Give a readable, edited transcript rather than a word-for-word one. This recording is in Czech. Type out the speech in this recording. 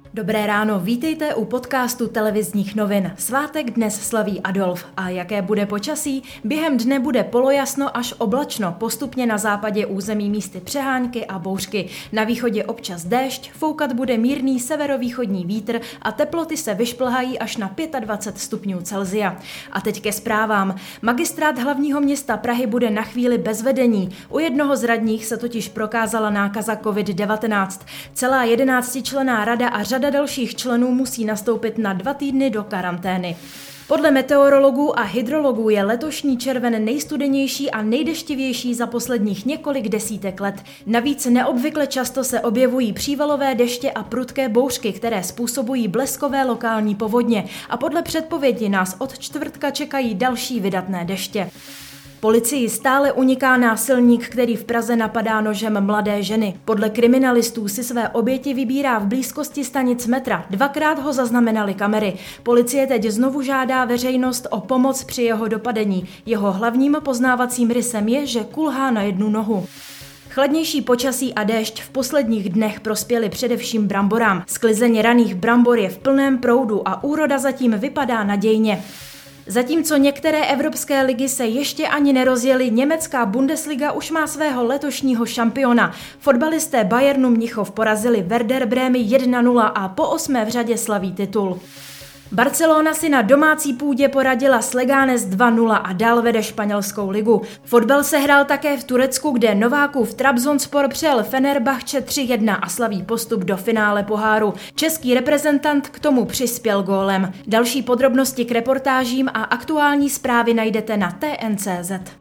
Dobré ráno, vítejte u podcastu televizních novin. Svátek dnes slaví Adolf. A jaké bude počasí? Během dne bude polojasno až oblačno, postupně na západě území místy přehánky a bouřky. Na východě občas déšť, foukat bude mírný severovýchodní vítr a teploty se vyšplhají až na 25 stupňů Celsia. A teď ke zprávám. Magistrát hlavního města Prahy bude na chvíli bez vedení. U jednoho z radních se totiž prokázala nákaza COVID-19. Celá 11členná rada a řada dalších členů musí nastoupit na 2 týdny do karantény. Podle meteorologů a hydrologů je letošní červen nejstudenější a nejdeštivější za posledních několik desítek let. Navíc neobvykle často se objevují přívalové deště a prudké bouřky, které způsobují bleskové lokální povodně. A podle předpovědi nás od čtvrtka čekají další vydatné deště. Policii stále uniká násilník, který v Praze napadá nožem mladé ženy. Podle kriminalistů si své oběti vybírá v blízkosti stanic metra. 2krát ho zaznamenaly kamery. Policie teď znovu žádá veřejnost o pomoc při jeho dopadení. Jeho hlavním poznávacím rysem je, že kulhá na jednu nohu. Chladnější počasí a déšť v posledních dnech prospěly především bramborám. Sklizeň raných brambor je v plném proudu a úroda zatím vypadá nadějně. Zatímco některé evropské ligy se ještě ani nerozjely, německá Bundesliga už má svého letošního šampiona. Fotbalisté Bayernu Mnichov porazili Werder Brémy 1-0 a po 8. v řadě slaví titul. Barcelona si na domácí půdě poradila s Leganes 2-0 a dál vede španělskou ligu. Fotbal se hrál také v Turecku, kde Novákův Trabzonspor přijel Fenerbahče 3-1 a slaví postup do finále poháru. Český reprezentant k tomu přispěl gólem. Další podrobnosti k reportážím a aktuální zprávy najdete na TN.cz.